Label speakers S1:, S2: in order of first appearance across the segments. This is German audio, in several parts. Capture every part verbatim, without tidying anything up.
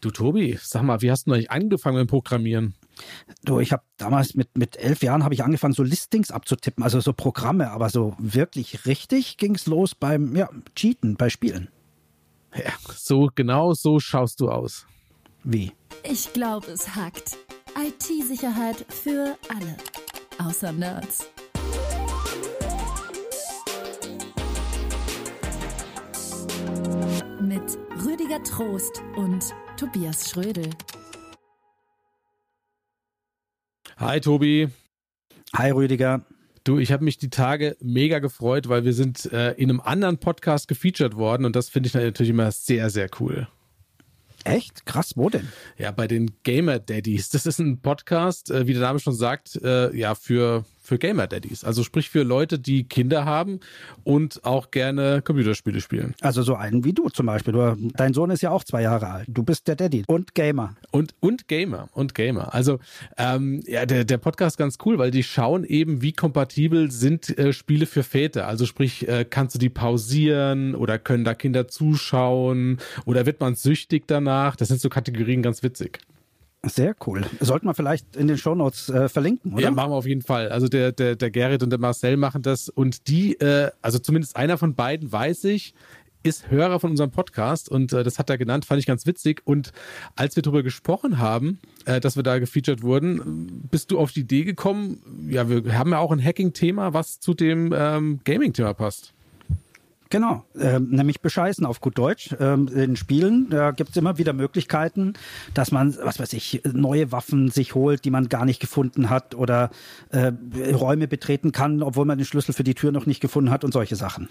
S1: Du Tobi, sag mal, wie hast du eigentlich angefangen mit dem Programmieren?
S2: Du, ich habe damals mit, mit elf Jahren habe ich angefangen, so Listings abzutippen, also so Programme, aber so wirklich richtig ging es los beim ja, Cheaten, bei Spielen.
S1: Ja, so genau so schaust du aus.
S2: Wie?
S3: Ich glaube, es hackt. I T-Sicherheit für alle. Außer Nerds. Mit Rüdiger Trost und Tobias Schrödel.
S1: Hi Tobi.
S2: Hi Rüdiger.
S1: Du, ich habe mich die Tage mega gefreut, weil wir sind äh, in einem anderen Podcast gefeatured worden und das finde ich natürlich immer sehr, sehr cool.
S2: Echt? Krass, wo denn?
S1: Ja, bei den Gamer Daddies. Das ist ein Podcast, äh, wie der Name schon sagt, äh, ja, für, für Gamer Daddies. Also sprich für Leute, die Kinder haben und auch gerne Computerspiele spielen.
S2: Also so einen wie du zum Beispiel. Du, dein Sohn ist ja auch zwei Jahre alt. Du bist der Daddy und Gamer.
S1: Und, und Gamer. Und Gamer. Also ähm, ja, der, der Podcast ist ganz cool, weil die schauen eben, wie kompatibel sind äh, Spiele für Väter. Also sprich, äh, kannst du die pausieren oder können da Kinder zuschauen oder wird man süchtig danach? Das sind so Kategorien, ganz witzig.
S2: Sehr cool. Sollten wir vielleicht in den Shownotes äh, verlinken, oder?
S1: Ja, machen wir auf jeden Fall. Also der, der, der Gerrit und der Marcel machen das und die, äh, also zumindest einer von beiden weiß ich, ist Hörer von unserem Podcast und äh, das hat er genannt, fand ich ganz witzig. Und als wir darüber gesprochen haben, äh, dass wir da gefeatured wurden, bist du auf die Idee gekommen, ja, wir haben ja auch ein Hacking-Thema, was zu dem ähm, Gaming-Thema passt.
S2: Genau, ähm, nämlich bescheißen auf gut Deutsch. Ähm, in Spielen da gibt es immer wieder Möglichkeiten, dass man, was weiß ich, neue Waffen sich holt, die man gar nicht gefunden hat oder äh, Räume betreten kann, obwohl man den Schlüssel für die Tür noch nicht gefunden hat und solche Sachen.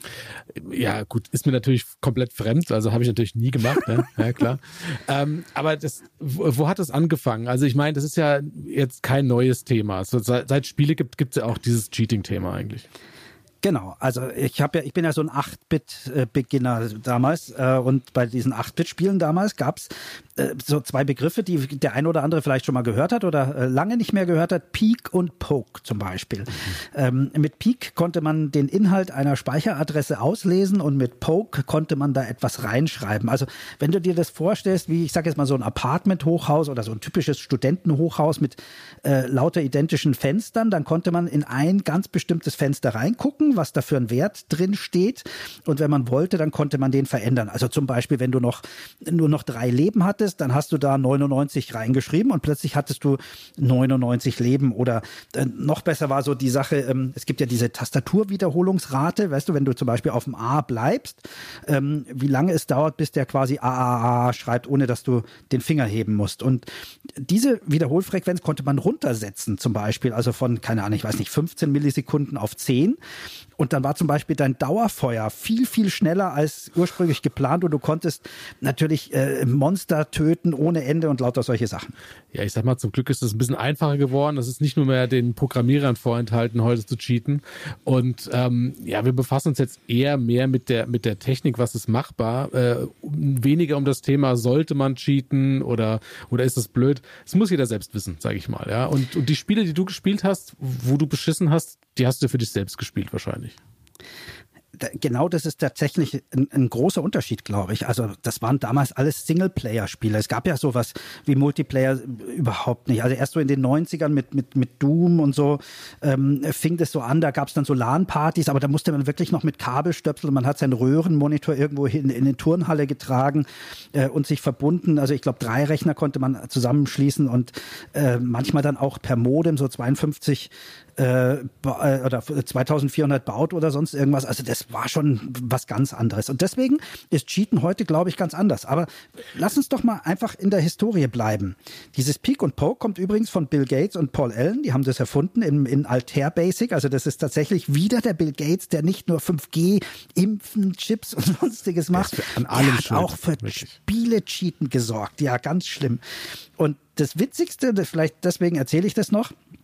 S1: Ja gut, ist mir natürlich komplett fremd, also habe ich natürlich nie gemacht, ne? Ja klar. ähm, aber das, wo, wo hat das angefangen? Also ich meine, das ist ja jetzt kein neues Thema. So, seit, seit es Spiele gibt, gibt es ja auch dieses Cheating-Thema eigentlich.
S2: Genau, also ich habe ja, ich bin ja so ein acht-Bit-Beginner damals äh, und bei diesen acht-Bit-Spielen damals gab's äh, so zwei Begriffe, die der eine oder andere vielleicht schon mal gehört hat oder äh, lange nicht mehr gehört hat, Peek und Poke zum Beispiel. Mhm. Ähm, mit Peek konnte man den Inhalt einer Speicheradresse auslesen und mit Poke konnte man da etwas reinschreiben. Also wenn du dir das vorstellst, wie ich sage jetzt mal so ein Apartment-Hochhaus oder so ein typisches Studentenhochhaus mit äh, lauter identischen Fenstern, dann konnte man in ein ganz bestimmtes Fenster reingucken, was da für ein Wert drin steht. Und wenn man wollte, dann konnte man den verändern. Also zum Beispiel, wenn du noch nur noch drei Leben hattest, dann hast du da neunundneunzig reingeschrieben und plötzlich hattest du neunundneunzig Leben. Oder äh, noch besser war so die Sache, ähm, es gibt ja diese Tastaturwiederholungsrate, weißt du, wenn du zum Beispiel auf dem A bleibst, ähm, wie lange es dauert, bis der quasi A A A schreibt, ohne dass du den Finger heben musst. Und diese Wiederholfrequenz konnte man runtersetzen zum Beispiel, also von, keine Ahnung, ich weiß nicht, fünfzehn Millisekunden auf zehn. Und dann war zum Beispiel dein Dauerfeuer viel, viel schneller als ursprünglich geplant und du konntest natürlich äh, Monster töten ohne Ende und lauter solche Sachen.
S1: Ja, ich sag mal, zum Glück ist es ein bisschen einfacher geworden. Es ist nicht nur mehr den Programmierern vorenthalten, heute zu cheaten. Und ähm, ja, wir befassen uns jetzt eher mehr mit der mit der Technik, was ist machbar. Äh, weniger um das Thema, sollte man cheaten oder oder ist das blöd? Das muss jeder selbst wissen, sage ich mal. Ja. Und, und die Spiele, die du gespielt hast, wo du beschissen hast, die hast du für dich selbst gespielt wahrscheinlich.
S2: Genau, das ist tatsächlich ein, ein großer Unterschied, glaube ich. Also das waren damals alles Singleplayer-Spiele. Es gab ja sowas wie Multiplayer überhaupt nicht. Also erst so in den neunzigern mit mit mit Doom und so ähm, fing das so an. Da gab es dann so LAN-Partys, aber da musste man wirklich noch mit Kabel stöpseln. Man hat seinen Röhrenmonitor irgendwo hin in die Turnhalle getragen äh, und sich verbunden. Also ich glaube, drei Rechner konnte man zusammenschließen und äh, manchmal dann auch per Modem so zweiundfünfzig äh, oder zweitausendvierhundert Baud oder sonst irgendwas. Also das war schon was ganz anderes. Und deswegen ist Cheaten heute, glaube ich, ganz anders. Aber lass uns doch mal einfach in der Historie bleiben. Dieses Peek und Poke kommt übrigens von Bill Gates und Paul Allen. Die haben das erfunden in, in Altair Basic. Also das ist tatsächlich wieder der Bill Gates, der nicht nur fünf G, Impfen, Chips und sonstiges macht.
S1: An allem
S2: der hat auch für Spiele-Cheaten gesorgt. Ja, ganz schlimm. Und das Witzigste, das vielleicht deswegen erzähle ich das noch,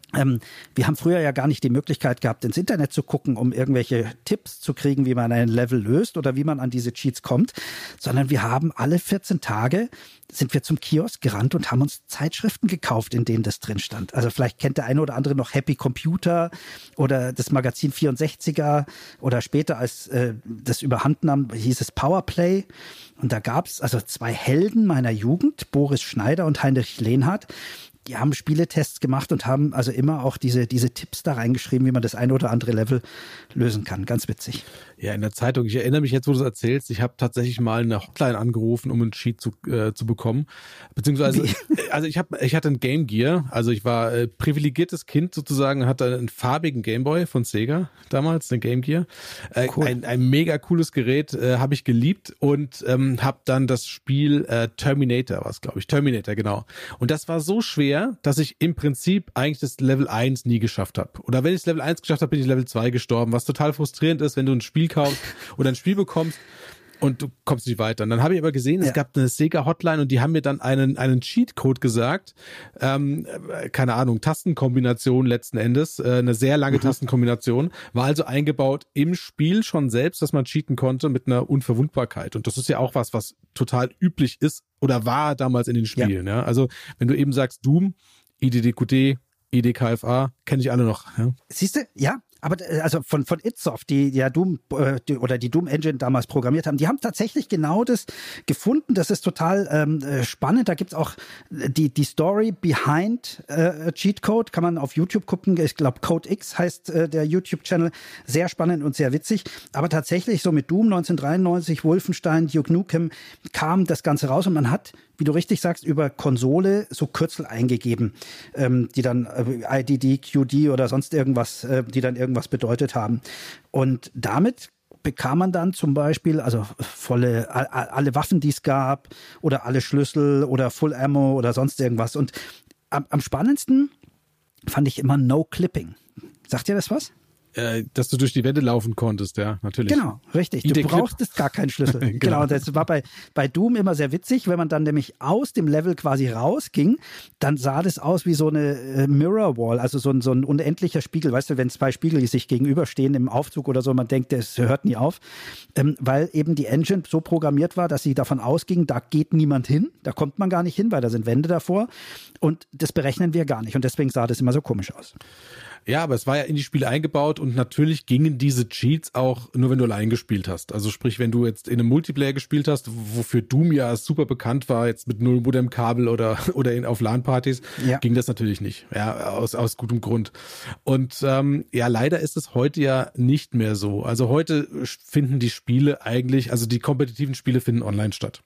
S2: Ähm, wir haben früher ja gar nicht die Möglichkeit gehabt, ins Internet zu gucken, um irgendwelche Tipps zu kriegen, wie man ein Level löst oder wie man an diese Cheats kommt, sondern wir haben alle vierzehn Tage sind wir zum Kiosk gerannt und haben uns Zeitschriften gekauft, in denen das drin stand. Also vielleicht kennt der eine oder andere noch Happy Computer oder das Magazin vierundsechziger oder später, als äh, das überhand nahm, hieß es Powerplay. Und da gab es also zwei Helden meiner Jugend, Boris Schneider und Heinrich Lehnhardt. Die haben Spieletests gemacht und haben also immer auch diese, diese Tipps da reingeschrieben, wie man das eine oder andere Level lösen kann. Ganz witzig.
S1: Ja, in der Zeitung. Ich erinnere mich jetzt, wo du es erzählst, ich habe tatsächlich mal eine Hotline angerufen, um einen Cheat zu, äh, zu bekommen. Beziehungsweise, wie? also ich habe, ich hatte ein Game Gear, also ich war äh, privilegiertes Kind sozusagen, hatte einen farbigen Gameboy von Sega damals, den Game Gear. Äh, cool. ein, ein mega cooles Gerät, äh, habe ich geliebt und ähm, habe dann das Spiel äh, Terminator, was glaube ich, Terminator, genau. Und das war so schwer, dass ich im Prinzip eigentlich das Level eins nie geschafft habe. Oder wenn ich das Level eins geschafft habe, bin ich Level zwei gestorben, was total frustrierend ist, wenn du ein Spiel kaufst oder ein Spiel bekommst und du kommst nicht weiter. Und dann habe ich aber gesehen, es ja. gab eine Sega-Hotline und die haben mir dann einen einen Cheatcode gesagt, ähm, keine Ahnung, Tastenkombination letzten Endes, äh, eine sehr lange mhm. Tastenkombination, war also eingebaut im Spiel schon selbst, dass man cheaten konnte mit einer Unverwundbarkeit. Und das ist ja auch was, was total üblich ist oder war damals in den Spielen. Ja. Ja? Also wenn du eben sagst Doom, I D D Q D, I D K F A, kenne ich alle noch. Ja?
S2: Siehst du, ja, aber also von von Idsoft, die ja Doom äh, die, oder die Doom Engine damals programmiert haben, die haben tatsächlich genau das gefunden. Das ist total ähm, spannend. Da gibt's auch die die Story behind äh, Cheatcode, kann man auf YouTube gucken. Ich glaube Code X heißt äh, der YouTube-Channel. Sehr spannend und sehr witzig. Aber tatsächlich so mit Doom neunzehnhundertdreiundneunzig, Wolfenstein, Duke Nukem kam das Ganze raus und man hat, wie du richtig sagst, über Konsole so Kürzel eingegeben, ähm, die dann äh, I D D, Q D oder sonst irgendwas, äh, die dann irgendwas bedeutet haben. Und damit bekam man dann zum Beispiel, also volle, alle Waffen, die es gab, oder alle Schlüssel oder Full Ammo oder sonst irgendwas. Und am, am spannendsten fand ich immer No Clipping. Sagt ihr das was?
S1: Dass du durch die Wände laufen konntest, ja, natürlich.
S2: Genau, richtig. Du brauchtest gar keinen Schlüssel. genau. genau, das war bei, bei Doom immer sehr witzig, wenn man dann nämlich aus dem Level quasi rausging, dann sah das aus wie so eine äh, Mirror Wall, also so ein, so ein unendlicher Spiegel, weißt du, wenn zwei Spiegel sich gegenüberstehen im Aufzug oder so, man denkt, das hört nie auf, ähm, weil eben die Engine so programmiert war, dass sie davon ausging, da geht niemand hin, da kommt man gar nicht hin, weil da sind Wände davor und das berechnen wir gar nicht und deswegen sah das immer so komisch aus.
S1: Ja, aber es war ja in die Spiele eingebaut und natürlich gingen diese Cheats auch nur, wenn du allein gespielt hast. Also sprich, wenn du jetzt in einem Multiplayer gespielt hast, wofür Doom ja super bekannt war, jetzt mit null Modem-Kabel oder oder in, auf LAN-Partys, ja. ging das natürlich nicht. Ja, aus aus gutem Grund. Und ähm, ja, leider ist es heute ja nicht mehr so. Also heute finden die Spiele eigentlich, also die kompetitiven Spiele finden online statt.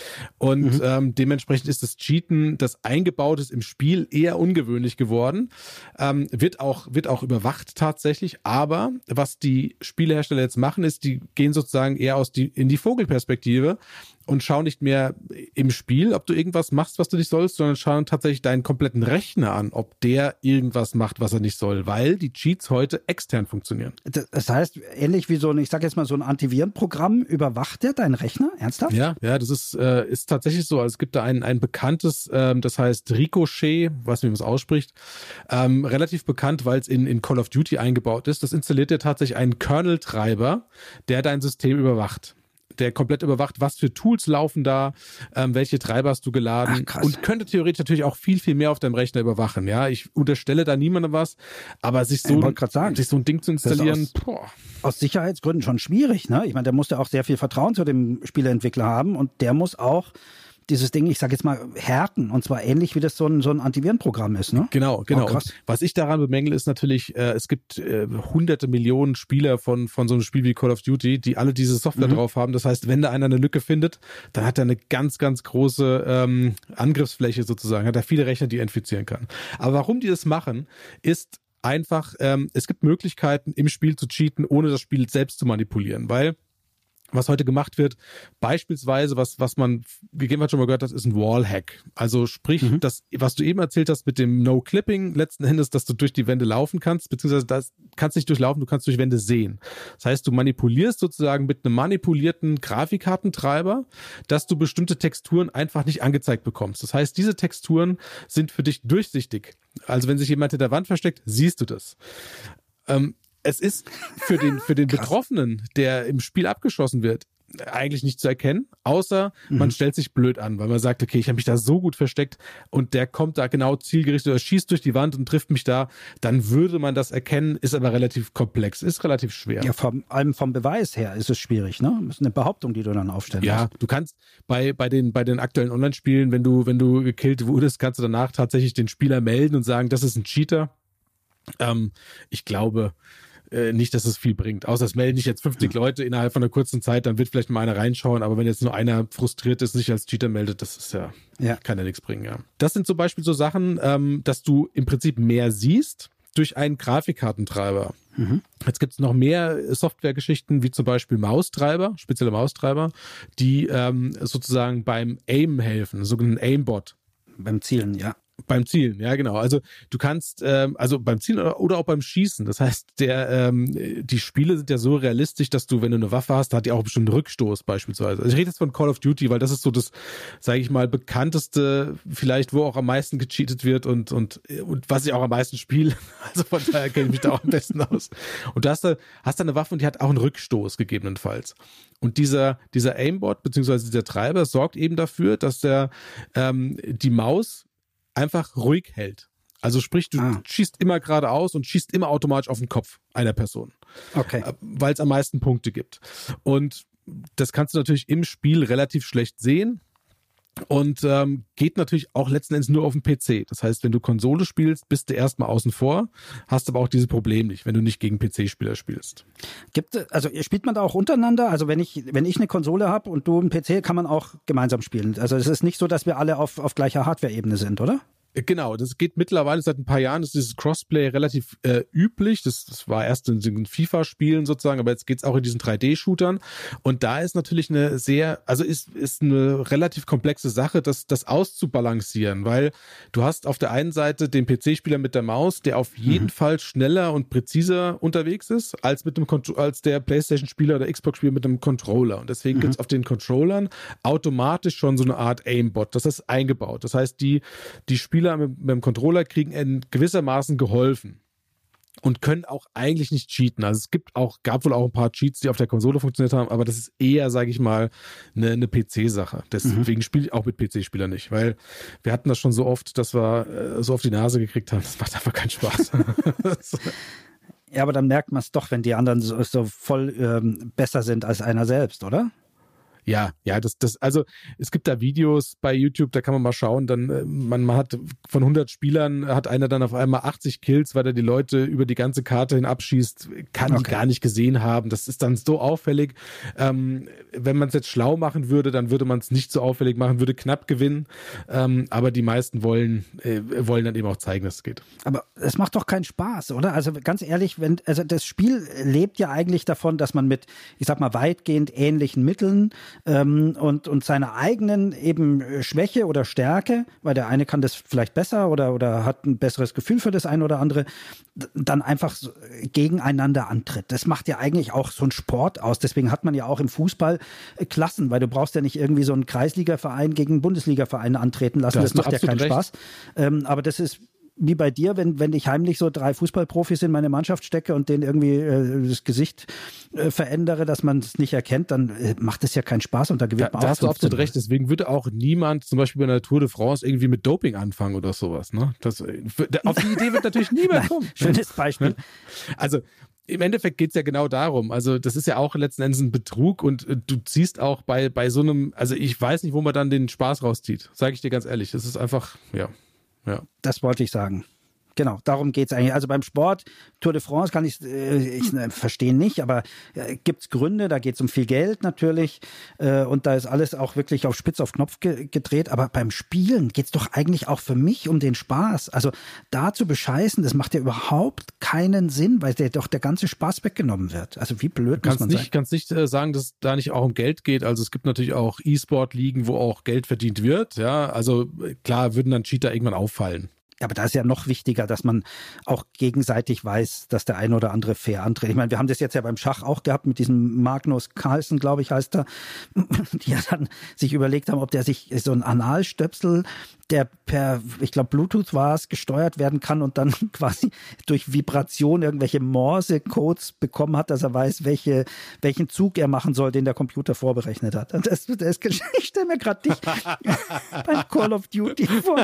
S1: Und mhm. ähm, dementsprechend ist das Cheaten, das eingebaut ist im Spiel, eher ungewöhnlich geworden. Ähm, wird auch wird auch überwacht tatsächlich. Aber was die Spielehersteller jetzt machen, ist, die gehen sozusagen eher aus die in die Vogelperspektive und schauen nicht mehr im Spiel, ob du irgendwas machst, was du nicht sollst, sondern schauen tatsächlich deinen kompletten Rechner an, ob der irgendwas macht, was er nicht soll, weil die Cheats heute extern funktionieren.
S2: Das heißt, ähnlich wie so ein, ich sag jetzt mal so ein Antivirenprogramm, überwacht der deinen Rechner? Ernsthaft?
S1: Ja, ja, das ist äh, ist tatsächlich so. Also es gibt da ein ein bekanntes, ähm, das heißt Ricochet, weiß nicht, wie man es ausspricht, ähm, relativ bekannt, weil es in in Call of Duty eingebaut ist. Das installiert dir tatsächlich einen Kernel-Treiber, der dein System überwacht. Der komplett überwacht, was für Tools laufen da, ähm, welche Treiber hast du geladen. Ach, und könnte theoretisch natürlich auch viel, viel mehr auf deinem Rechner überwachen. Ja, ich unterstelle da niemandem was, aber sich so,
S2: sagen,
S1: sich so ein Ding zu installieren,
S2: aus, boah. aus Sicherheitsgründen schon schwierig. Ne? Ich meine, der muss ja auch sehr viel Vertrauen zu dem Spieleentwickler haben und der muss auch dieses Ding, ich sage jetzt mal, härten. Und zwar ähnlich, wie das so ein, so ein Antivirenprogramm ist. Ne?
S1: Genau, genau. Oh, was ich daran bemängel, ist natürlich, äh, es gibt äh, hunderte Millionen Spieler von von so einem Spiel wie Call of Duty, die alle diese Software mhm. drauf haben. Das heißt, wenn da einer eine Lücke findet, dann hat er eine ganz, ganz große ähm, Angriffsfläche sozusagen. Hat er viele Rechner, die er infizieren kann. Aber warum die das machen, ist einfach, ähm, es gibt Möglichkeiten, im Spiel zu cheaten, ohne das Spiel selbst zu manipulieren. Weil was heute gemacht wird, beispielsweise, was, was man gegebenenfalls schon mal gehört hat, ist ein Wallhack. Also sprich, mhm. das, was du eben erzählt hast mit dem No-Clipping, letzten Endes, dass du durch die Wände laufen kannst, beziehungsweise das kannst nicht durchlaufen, du kannst durch Wände sehen. Das heißt, du manipulierst sozusagen mit einem manipulierten Grafikkartentreiber, dass du bestimmte Texturen einfach nicht angezeigt bekommst. Das heißt, diese Texturen sind für dich durchsichtig. Also wenn sich jemand hinter der Wand versteckt, siehst du das. Ähm, Es ist für den, für den Betroffenen, der im Spiel abgeschossen wird, eigentlich nicht zu erkennen, außer mhm. man stellt sich blöd an, weil man sagt, okay, ich habe mich da so gut versteckt und der kommt da genau zielgerichtet oder schießt durch die Wand und trifft mich da, dann würde man das erkennen, ist aber relativ komplex, ist relativ schwer.
S2: Ja, vor allem vom Beweis her ist es schwierig, ne? Das ist eine Behauptung, die du dann aufstellen
S1: ja, musst. Ja, du kannst bei, bei den, bei den aktuellen Online-Spielen, wenn du, wenn du gekillt wurdest, kannst du danach tatsächlich den Spieler melden und sagen, das ist ein Cheater. Ähm, ich glaube, nicht, dass es viel bringt. Außer es melden nicht jetzt fünfzig ja. Leute innerhalb von einer kurzen Zeit, dann wird vielleicht mal einer reinschauen, aber wenn jetzt nur einer frustriert ist, sich als Cheater meldet, das ist ja, ja. kann ja nichts bringen, ja. Das sind zum Beispiel so Sachen, ähm, dass du im Prinzip mehr siehst durch einen Grafikkartentreiber. Mhm. Jetzt gibt es noch mehr Softwaregeschichten, wie zum Beispiel Maustreiber, spezielle Maustreiber, die ähm, sozusagen beim Aim helfen, sogenannten Aimbot.
S2: Beim Zielen, ja.
S1: Beim Zielen, ja genau. Also du kannst, ähm, also beim Zielen oder, oder auch beim Schießen. Das heißt, der ähm, die Spiele sind ja so realistisch, dass du, wenn du eine Waffe hast, da hat die auch bestimmt einen Rückstoß beispielsweise. Also ich rede jetzt von Call of Duty, weil das ist so das, sage ich mal, bekannteste, vielleicht wo auch am meisten gecheatet wird und und und was ich auch am meisten spiele. Also von daher kenne ich mich da auch am besten aus. Und du hast da, hast da eine Waffe und die hat auch einen Rückstoß gegebenenfalls. Und dieser dieser Aimbot beziehungsweise dieser Treiber sorgt eben dafür, dass der ähm, die Maus einfach ruhig hält. Also sprich, du ah. schießt immer geradeaus und schießt immer automatisch auf den Kopf einer Person.
S2: Okay.
S1: Weil es am meisten Punkte gibt. Und das kannst du natürlich im Spiel relativ schlecht sehen. Und ähm, geht natürlich auch letzten Endes nur auf dem P C. Das heißt, wenn du Konsole spielst, bist du erstmal außen vor, hast aber auch dieses Problem nicht, wenn du nicht gegen P C-Spieler spielst.
S2: Gibt also spielt man da auch untereinander? Also wenn ich wenn ich eine Konsole habe und du einen P C, kann man auch gemeinsam spielen. Also es ist nicht so, dass wir alle auf auf gleicher Hardware-Ebene sind, oder?
S1: Genau, das geht mittlerweile seit ein paar Jahren, ist dieses Crossplay relativ äh, üblich. Das, das war erst in den FIFA-Spielen sozusagen, aber jetzt geht's auch in diesen drei D-Shootern. Und da ist natürlich eine sehr, also ist ist eine relativ komplexe Sache, das das auszubalancieren, weil du hast auf der einen Seite den P C-Spieler mit der Maus, der auf jeden mhm. Fall schneller und präziser unterwegs ist als mit dem als der PlayStation-Spieler oder Xbox-Spieler mit dem Controller. Und deswegen mhm. gibt's auf den Controllern automatisch schon so eine Art Aimbot. Das ist eingebaut. Das heißt, die die Spieler mit, mit dem Controller kriegen in gewissermaßen geholfen und können auch eigentlich nicht cheaten. Also es gibt auch, gab wohl auch ein paar Cheats, die auf der Konsole funktioniert haben, aber das ist eher, sage ich mal, eine, eine P C-Sache. Deswegen mhm. spiele ich auch mit P C-Spielern nicht, weil wir hatten das schon so oft, dass wir äh, so auf die Nase gekriegt haben. Das macht einfach keinen Spaß.
S2: Ja, aber dann merkt man es doch, wenn die anderen so, so voll ähm, besser sind als einer selbst, oder?
S1: Ja, ja, das, das, also es gibt da Videos bei YouTube, da kann man mal schauen, dann, man, man hat von hundert Spielern, hat einer dann auf einmal achtzig Kills, weil er die Leute über die ganze Karte hin abschießt, kann okay. die gar nicht gesehen haben. Das ist dann so auffällig. Ähm, wenn man es jetzt schlau machen würde, dann würde man es nicht so auffällig machen, würde knapp gewinnen. Ähm, aber die meisten wollen, äh, wollen dann eben auch zeigen, dass es geht.
S2: Aber es macht doch keinen Spaß, oder? Also ganz ehrlich, wenn, also das Spiel lebt ja eigentlich davon, dass man mit, ich sag mal, weitgehend ähnlichen Mitteln Ähm, und, und seiner eigenen eben Schwäche oder Stärke, weil der eine kann das vielleicht besser oder, oder hat ein besseres Gefühl für das eine oder andere, dann einfach so gegeneinander antritt. Das macht ja eigentlich auch so einen Sport aus. Deswegen hat man ja auch im Fußball Klassen, weil du brauchst ja nicht irgendwie so einen Kreisligaverein gegen einen Bundesligaverein antreten lassen. Das, das macht ja keinen recht. Spaß. Ähm, aber das ist wie bei dir, wenn, wenn ich heimlich so drei Fußballprofis in meine Mannschaft stecke und denen irgendwie äh, das Gesicht äh, verändere, dass man es nicht erkennt, dann äh, macht es ja keinen Spaß und da gewinnt man
S1: da,
S2: auch.
S1: Da hast du absolut recht, deswegen würde auch niemand zum Beispiel bei der Tour de France irgendwie mit Doping anfangen oder sowas. Ne? Das, auf die Idee wird natürlich niemand
S2: Nein,
S1: kommen.
S2: Schönes Beispiel.
S1: Also im Endeffekt geht's ja genau darum. Also das ist ja auch letzten Endes ein Betrug und äh, du ziehst auch bei, bei so einem, also ich weiß nicht, wo man dann den Spaß rauszieht, sage ich dir ganz ehrlich. Das ist einfach, ja, ja.
S2: Das wollte ich sagen. Genau, darum geht's eigentlich. Also beim Sport, Tour de France kann ich, äh, ich äh, verstehen nicht, aber äh, gibt's Gründe, da geht's um viel Geld natürlich äh, und da ist alles auch wirklich auf Spitz auf Knopf ge- gedreht, aber beim Spielen geht's doch eigentlich auch für mich um den Spaß. Also da zu bescheißen, das macht ja überhaupt keinen Sinn, weil der doch der ganze Spaß weggenommen wird. Also wie blöd
S1: kannst
S2: muss man
S1: nicht,
S2: sein?
S1: kannst nicht äh, sagen, dass es da nicht auch um Geld geht. Also es gibt natürlich auch E-Sport-Ligen, wo auch Geld verdient wird. Ja, also klar würden dann Cheater irgendwann auffallen.
S2: Aber da ist ja noch wichtiger, dass man auch gegenseitig weiß, dass der eine oder andere fair antritt. Ich meine, wir haben das jetzt ja beim Schach auch gehabt mit diesem Magnus Carlsen, glaube ich, heißt er, die ja dann sich überlegt haben, ob der sich so ein Analstöpsel, der per, ich glaube, Bluetooth war es, gesteuert werden kann und dann quasi durch Vibration irgendwelche Morse-Codes bekommen hat, dass er weiß, welche, welchen Zug er machen soll, den der Computer vorberechnet hat. Und das, das, ich stelle mir gerade dich beim Call of Duty vor.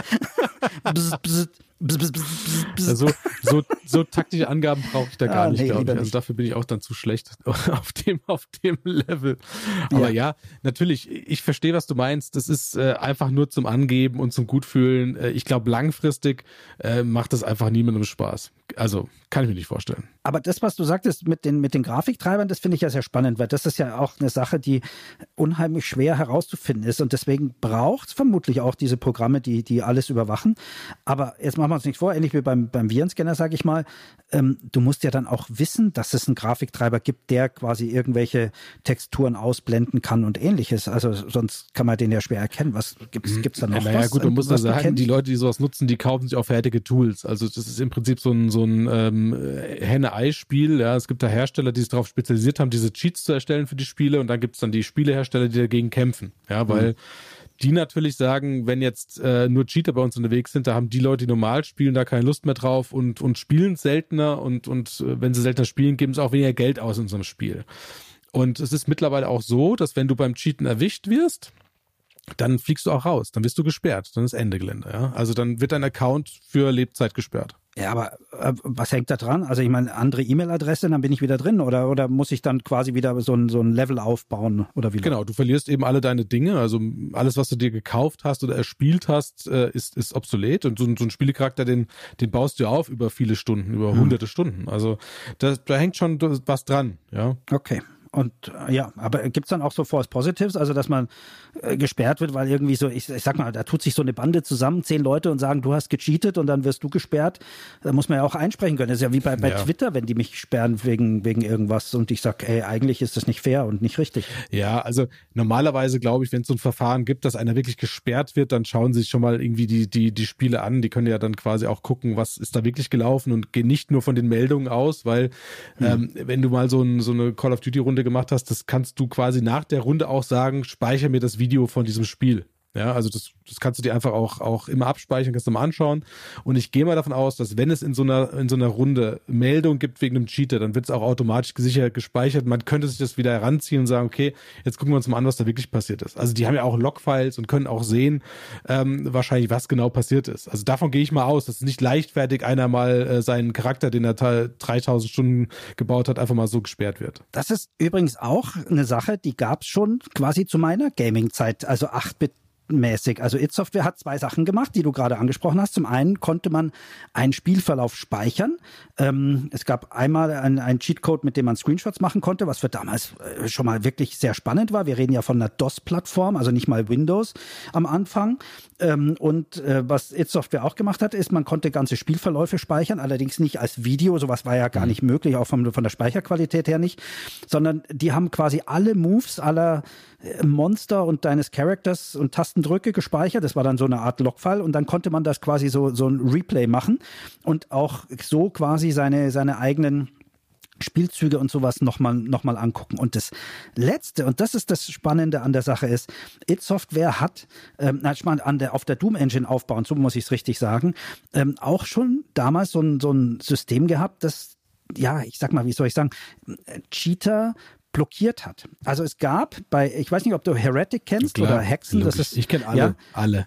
S2: Bzz, bzz, bzz, bzz, bzz, bzz.
S1: Also so, so taktische Angaben brauche ich da gar
S2: Ah,
S1: nicht,
S2: nee,
S1: glaube ich.
S2: lieber
S1: Also
S2: nicht.
S1: dafür bin ich auch dann zu schlecht auf dem, auf dem Level. Aber ja, ja natürlich, ich verstehe, was du meinst. Das ist äh, einfach nur zum Angeben und zum Gutfühlen. Äh, ich glaube, langfristig äh, macht das einfach niemandem Spaß. Also kann ich mir nicht vorstellen.
S2: Aber das, was du sagtest mit den, mit den Grafiktreibern, das finde ich ja sehr spannend, weil das ist ja auch eine Sache, die unheimlich schwer herauszufinden ist. Und deswegen braucht es vermutlich auch diese Programme, die, die alles überwachen. Aber jetzt machen wir uns nicht vor, ähnlich wie beim, beim Virenscanner, sage ich mal, ähm, du musst ja dann auch wissen, dass es einen Grafiktreiber gibt, der quasi irgendwelche Texturen ausblenden kann und ähnliches. Also sonst kann man den ja schwer erkennen. Was gibt's, gibt's da noch
S1: ja,
S2: was?
S1: Ja gut, man muss ja
S2: was du
S1: sagen,
S2: kennst?
S1: die Leute, die sowas nutzen, die kaufen sich auch fertige Tools. Also das ist im Prinzip so ein, so ein ähm, Henne-Ei-Spiel. Ja, es gibt da Hersteller, die sich darauf spezialisiert haben, diese Cheats zu erstellen für die Spiele, und dann gibt es dann die Spielehersteller, die dagegen kämpfen. Ja, weil mhm. die natürlich sagen, wenn jetzt äh, nur Cheater bei uns unterwegs sind, da haben die Leute, die normal spielen, da keine Lust mehr drauf und, und spielen seltener, und, und äh, wenn sie seltener spielen, geben sie auch weniger Geld aus in so einem Spiel. Und es ist mittlerweile auch so, dass wenn du beim Cheaten erwischt wirst, dann fliegst du auch raus, dann wirst du gesperrt, dann ist Ende Gelände. Ja? Also dann wird dein Account für Lebzeit gesperrt.
S2: Ja, aber äh, was hängt da dran? Also ich meine, andere E-Mail-Adresse, dann bin ich wieder drin, oder oder muss ich dann quasi wieder so ein, so ein Level aufbauen oder wie?
S1: Genau, du verlierst eben alle deine Dinge, also alles, was du dir gekauft hast oder erspielt hast, äh, ist ist obsolet, und so, so ein Spielecharakter, den den baust du auf über viele Stunden, über hm. hunderte Stunden. Also da, da hängt schon was dran, ja.
S2: Okay. Und äh, ja, aber gibt's dann auch so False Positives, also dass man äh, gesperrt wird, weil irgendwie so, ich, ich sag mal, da tut sich so eine Bande zusammen, zehn Leute, und sagen, du hast gecheatet, und dann wirst du gesperrt. Da muss man ja auch einsprechen können. Das ist ja wie bei, bei
S1: ja.
S2: Twitter, wenn die mich sperren wegen wegen irgendwas und ich sag, ey, eigentlich ist das nicht fair und nicht richtig.
S1: Ja, also normalerweise glaube ich, wenn es so ein Verfahren gibt, dass einer wirklich gesperrt wird, dann schauen sie sich schon mal irgendwie die die die Spiele an. Die können ja dann quasi auch gucken, was ist da wirklich gelaufen, und gehen nicht nur von den Meldungen aus, weil mhm. ähm, wenn du mal so, ein, so eine Call of Duty Runde gemacht hast, das kannst du quasi nach der Runde auch sagen, speichere mir das Video von diesem Spiel. Ja, also das, das kannst du dir einfach auch, auch immer abspeichern, kannst du mal anschauen. Und ich gehe mal davon aus, dass wenn es in so einer, in so einer Runde Meldung gibt wegen einem Cheater, dann wird es auch automatisch sicher gespeichert. Man könnte sich das wieder heranziehen und sagen, okay, jetzt gucken wir uns mal an, was da wirklich passiert ist. Also die haben ja auch Logfiles und können auch sehen, ähm, wahrscheinlich, was genau passiert ist. Also davon gehe ich mal aus, dass nicht leichtfertig einer mal äh, seinen Charakter, den er dreitausend Stunden gebaut hat, einfach mal so gesperrt wird.
S2: Das ist übrigens auch eine Sache, die gab's schon quasi zu meiner Gaming-Zeit, also acht Bit mäßig. Also id Software hat zwei Sachen gemacht, die du gerade angesprochen hast. Zum einen konnte man einen Spielverlauf speichern. Ähm, es gab einmal einen Cheatcode, mit dem man Screenshots machen konnte, was für damals äh, schon mal wirklich sehr spannend war. Wir reden ja von einer DOS-Plattform, also nicht mal Windows am Anfang. Ähm, und äh, was id Software auch gemacht hat, ist, man konnte ganze Spielverläufe speichern, allerdings nicht als Video. Sowas war ja gar nicht möglich, auch von, von der Speicherqualität her nicht, sondern die haben quasi alle Moves aller Monster und deines Charakters und Tastendrücke gespeichert. Das war dann so eine Art Logfile, und dann konnte man das quasi so so ein Replay machen und auch so quasi seine seine eigenen Spielzüge und sowas nochmal noch mal angucken. Und das Letzte, und das ist das Spannende an der Sache, ist, id Software hat, ähm, an der, auf der Doom Engine aufbauen, so muss ich es richtig sagen, ähm, auch schon damals so ein, so ein System gehabt, das, ja, ich sag mal, wie soll ich sagen, Cheater blockiert hat. Also es gab bei, ich weiß nicht, ob du Heretic kennst
S1: Klar,
S2: oder Hexen.
S1: Logisch.
S2: Das ist,
S1: ich kenne alle.
S2: Ja,
S1: alle.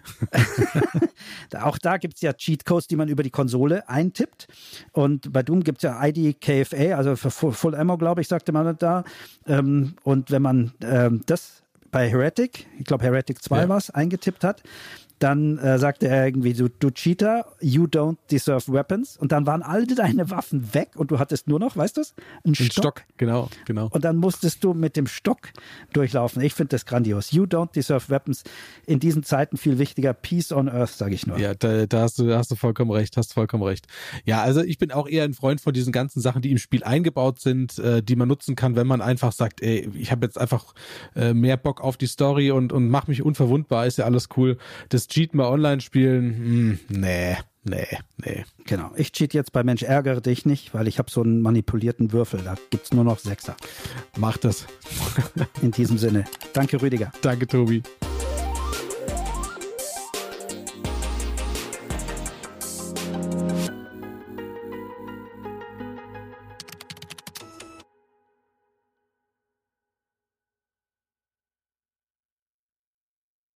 S2: auch da gibt's ja Cheatcodes, die man über die Konsole eintippt. Und bei Doom gibt's ja I D K F A, also für Full, Full Ammo, glaube ich, sagte man da. Und wenn man das bei Heretic, ich glaube Heretic zwei
S1: ja.
S2: war es, eingetippt hat, dann äh, sagte er irgendwie, du, du Cheater, you don't deserve weapons. Und dann waren all deine Waffen weg und du hattest nur noch, weißt du es, einen
S1: Ein
S2: Stock.
S1: Stock, genau, genau.
S2: Und dann musstest du mit dem Stock durchlaufen. Ich finde das grandios. You don't deserve weapons. In diesen Zeiten viel wichtiger. Peace on Earth, sage ich nur.
S1: Ja, da, da, hast du, da hast du vollkommen recht, hast vollkommen recht. Ja, also ich bin auch eher ein Freund von diesen ganzen Sachen, die im Spiel eingebaut sind, äh, die man nutzen kann, wenn man einfach sagt, ey, ich habe jetzt einfach äh, mehr Bock auf die Story und, und mach mich unverwundbar, ist ja alles cool. Das Cheaten bei Online-Spielen, mh, nee, nee, nee.
S2: Genau. Ich cheat jetzt bei Mensch, ärgere dich nicht, weil ich habe so einen manipulierten Würfel. Da gibt's nur noch Sechser.
S1: Mach das.
S2: In diesem Sinne. Danke, Rüdiger.
S1: Danke, Tobi.